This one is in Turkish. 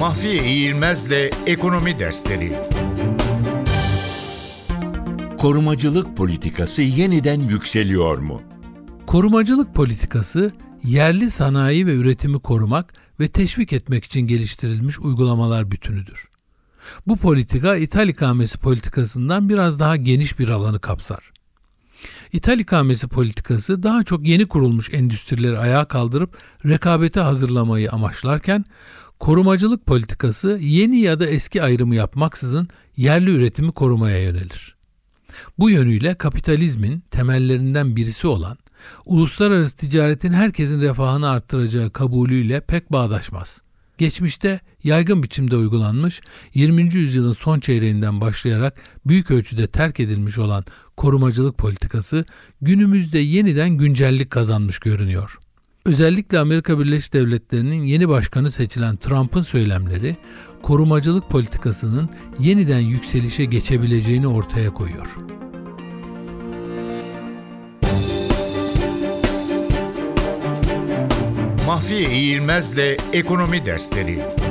Mahfiye İğilmez'le Ekonomi Dersleri. Korumacılık politikası yeniden yükseliyor mu? Korumacılık politikası, yerli sanayi ve üretimi korumak ve teşvik etmek için geliştirilmiş uygulamalar bütünüdür. Bu politika, ithal ikamesi politikasından biraz daha geniş bir alanı kapsar. İthal ikamesi politikası daha çok yeni kurulmuş endüstrileri ayağa kaldırıp rekabete hazırlamayı amaçlarken, korumacılık politikası yeni ya da eski ayrımı yapmaksızın yerli üretimi korumaya yönelir. Bu yönüyle kapitalizmin temellerinden birisi olan uluslararası ticaretin herkesin refahını arttıracağı kabulüyle pek bağdaşmaz. Geçmişte yaygın biçimde uygulanmış, 20. yüzyılın son çeyreğinden başlayarak büyük ölçüde terk edilmiş olan korumacılık politikası günümüzde yeniden güncellik kazanmış görünüyor. Özellikle Amerika Birleşik Devletleri'nin yeni başkanı seçilen Trump'ın söylemleri, korumacılık politikasının yeniden yükselişe geçebileceğini ortaya koyuyor. Mahfiye İğilmez'le Ekonomi Dersleri.